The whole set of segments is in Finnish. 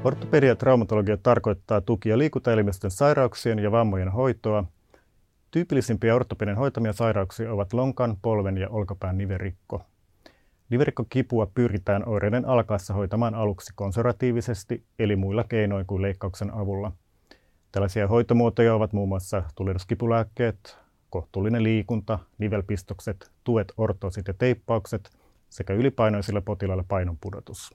Ortopedia ja traumatologia tarkoittaa tuki- ja liikuntaelimistön sairauksien ja vammojen hoitoa. Tyypillisimpiä ortopedian hoitamia sairauksia ovat lonkan, polven ja olkapään nivelrikko. Nivelrikkokipua pyritään oireiden alkaessa hoitamaan aluksi konservatiivisesti, eli muilla keinoin kuin leikkauksen avulla. Tällaisia hoitomuotoja ovat muun muassa tulehduskipulääkkeet, kohtuullinen liikunta, nivelpistokset, tuet, ortoosit ja teippaukset sekä ylipainoisilla potilailla painonpudotus.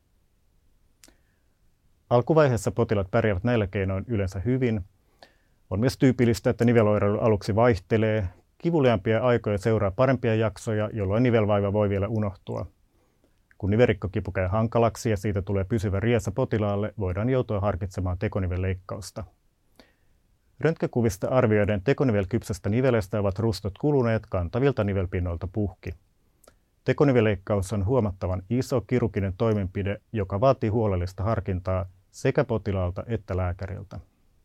Alkuvaiheessa potilaat pärjäävät näillä keinoin yleensä hyvin. On myös tyypillistä, että niveloireilu aluksi vaihtelee. Kivuliaampia aikoja seuraa parempia jaksoja, jolloin nivelvaiva voi vielä unohtua. Kun nivelrikkokipu käy hankalaksi ja siitä tulee pysyvä riesa potilaalle, voidaan joutua harkitsemaan tekonivelleikkausta. Röntgenkuvista arvioiden tekonivelkypsästä nivelestä ovat rustot kuluneet, kantavilta nivelpinnoilta puhki. Tekonivelleikkaus on huomattavan iso kirurginen toimenpide, joka vaatii huolellista harkintaa sekä potilaalta että lääkäriltä.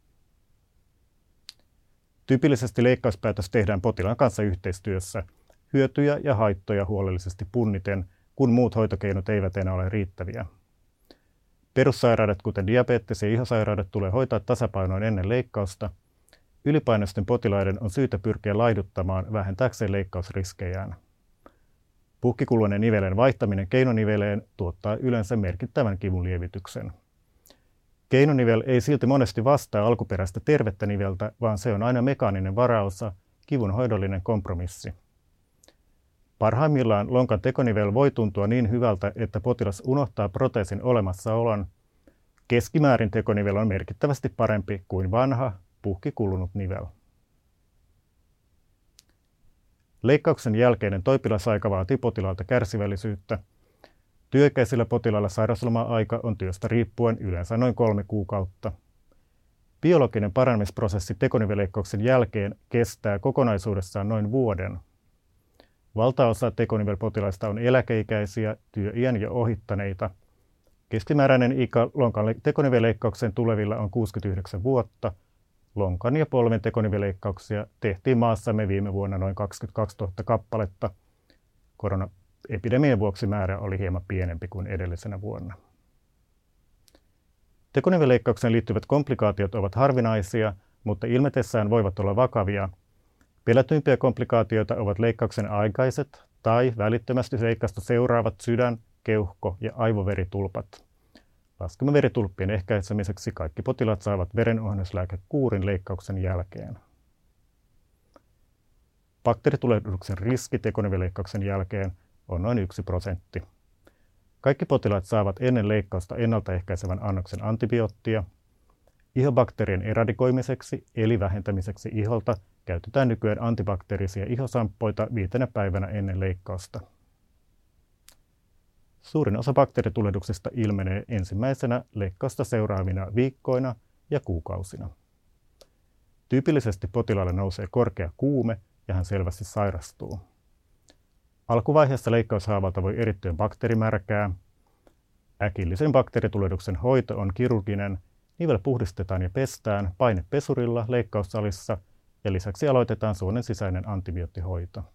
Tyypillisesti leikkauspäätös tehdään potilaan kanssa yhteistyössä, hyötyjä ja haittoja huolellisesti punniten, kun muut hoitokeinot eivät enää ole riittäviä. Perussairaudet, kuten diabetes ja ihosairaudet, tulee hoitaa tasapainoin ennen leikkausta. Ylipainoisten potilaiden on syytä pyrkiä laihduttamaan vähentääkseen leikkausriskejään. Puhkikuluinen nivelen vaihtaminen keinoniveleen tuottaa yleensä merkittävän kivun lievityksen. Keinonivel ei silti monesti vastaa alkuperäistä tervettä niveltä, vaan se on aina mekaaninen varaosa, kivun hoidollinen kompromissi. Parhaimmillaan lonkan tekonivel voi tuntua niin hyvältä, että potilas unohtaa proteesin olemassaolon. Keskimäärin tekonivel on merkittävästi parempi kuin vanha, puhkikulunut nivel. Leikkauksen jälkeinen toipilasaika vaatii potilaalta kärsivällisyyttä. Työikäisillä potilailla sairausloma-aika on työstä riippuen yleensä noin 3 kuukautta. Biologinen paranemisprosessi tekonivelleikkauksen jälkeen kestää kokonaisuudessaan noin vuoden. Valtaosa tekonivelpotilaista on eläkeikäisiä, työiän jo ohittaneita. Keskimääräinen ikä lonkan tekonivelleikkauksen tulevilla on 69 vuotta. Lonkan ja polven tekonivelleikkauksia tehtiin maassamme viime vuonna noin 22 000 kappaletta. Koronaepidemian vuoksi määrä oli hieman pienempi kuin edellisenä vuonna. Tekonivelleikkaukseen liittyvät komplikaatiot ovat harvinaisia, mutta ilmetessään voivat olla vakavia. Pelätyimpiä komplikaatioita ovat leikkauksen aikaiset tai välittömästi leikkausta seuraavat sydän-, keuhko- ja aivoveritulpat. Laskemaveritulppien ehkäisemiseksi kaikki potilaat saavat verenohjauslääkekuurin leikkauksen jälkeen. Bakteeritulehduksen riski tekonivelleikkauksen jälkeen on noin 1%. Kaikki potilaat saavat ennen leikkausta ennaltaehkäisevän annoksen antibioottia. Ihobakteerien eradikoimiseksi eli vähentämiseksi iholta käytetään nykyään antibakteerisia ihosamppoita 5 päivänä ennen leikkausta. Suurin osa bakteeritulehduksista ilmenee ensimmäisenä leikkausta seuraavina viikkoina ja kuukausina. Tyypillisesti potilaalle nousee korkea kuume ja hän selvästi sairastuu. Alkuvaiheessa leikkaushaavalta voi erittyä bakteerimärkää. Äkillisen bakteeritulehduksen hoito on kirurginen. Nivel puhdistetaan ja pestään painepesurilla leikkaussalissa ja lisäksi aloitetaan suonen sisäinen antibioottihoito.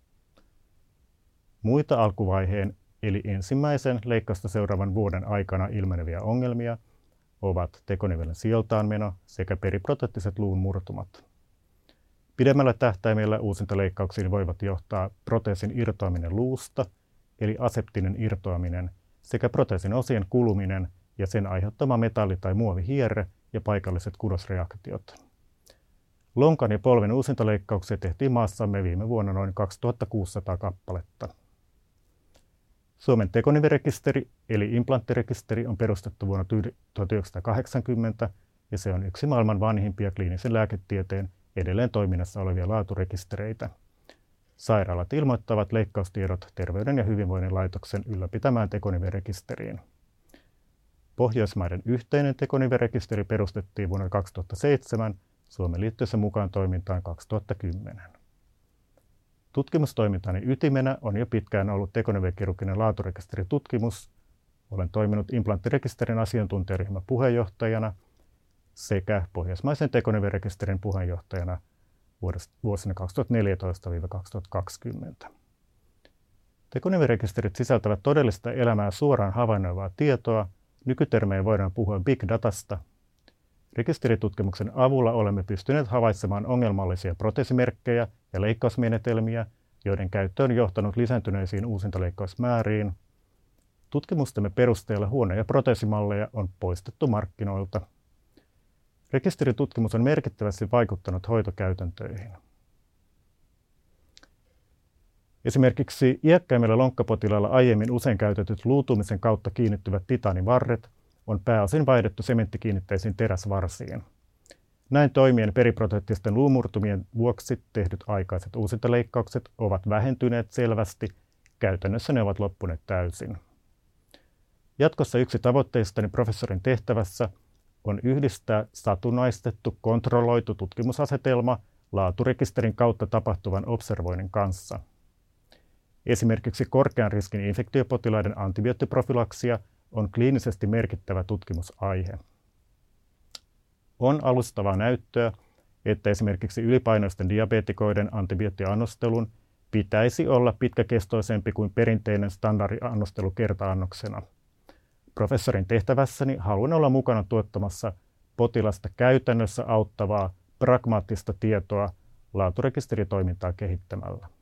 Muita alkuvaiheen eli ensimmäisen leikkausta seuraavan vuoden aikana ilmeneviä ongelmia ovat tekonivelen sijaltaanmeno sekä periproteettiset luun murtumat. Pidemmällä tähtäimellä uusintaleikkauksiin voivat johtaa proteesin irtoaminen luusta, eli aseptinen irtoaminen, sekä proteesin osien kuluminen ja sen aiheuttama metalli- tai muovihierre ja paikalliset kudosreaktiot. Lonkan ja polven uusintaleikkauksia tehtiin maassamme viime vuonna noin 2600 kappaletta. Suomen tekonivelrekisteri eli implanttirekisteri on perustettu vuonna 1980 ja se on yksi maailman vanhimpia kliinisen lääketieteen edelleen toiminnassa olevia laaturekistereitä. Sairaalat ilmoittavat leikkaustiedot Terveyden ja hyvinvoinnin laitoksen ylläpitämään tekonivelrekisteriin. Pohjoismaiden yhteinen tekonivelrekisteri perustettiin vuonna 2007 Suomen liittyessä mukaan toimintaan 2010. Tutkimustoimintani ytimenä on jo pitkään ollut tekonivelkirurginen laaturekisteritutkimus. Olen toiminut implanttirekisterin asiantuntijaryhmän puheenjohtajana sekä pohjoismaisen tekonivelrekisterin puheenjohtajana vuosina 2014-2020. Tekonivelrekisterit sisältävät todellista elämää suoraan havainnoivaa tietoa Nykytermeen voidaan puhua big datasta. Rekisteritutkimuksen avulla olemme pystyneet havaitsemaan ongelmallisia proteesimerkkejä ja leikkausmenetelmiä, joiden käyttö on johtanut lisääntyneisiin uusintaleikkausmääriin. Tutkimustemme perusteella huone- ja proteesimalleja on poistettu markkinoilta. Rekisteritutkimus on merkittävästi vaikuttanut hoitokäytäntöihin. Esimerkiksi iäkkäimmillä lonkkapotilailla aiemmin usein käytetyt luutumisen kautta kiinnittyvät titaanivarret on pääosin vaihdettu sementtikiinnitteisiin teräsvarsiin. Näin toimien periproteettisten luumurtumien vuoksi tehdyt aikaiset uusintaleikkaukset ovat vähentyneet selvästi, käytännössä ne ovat loppuneet täysin. Jatkossa yksi tavoitteistani professorin tehtävässä on yhdistää satunnaistettu kontrolloitu tutkimusasetelma laaturekisterin kautta tapahtuvan observoinnin kanssa. Esimerkiksi korkean riskin infektiopotilaiden antibioottiprofylaksia on kliinisesti merkittävä tutkimusaihe. On alustavaa näyttöä, että esimerkiksi ylipainoisten diabeetikoiden antibioottiannostelun pitäisi olla pitkäkestoisempi kuin perinteinen standardiannostelu kerta-annoksena. Professorin tehtävässäni haluan olla mukana tuottamassa potilasta käytännössä auttavaa pragmaattista tietoa laaturekisteritoimintaa kehittämällä.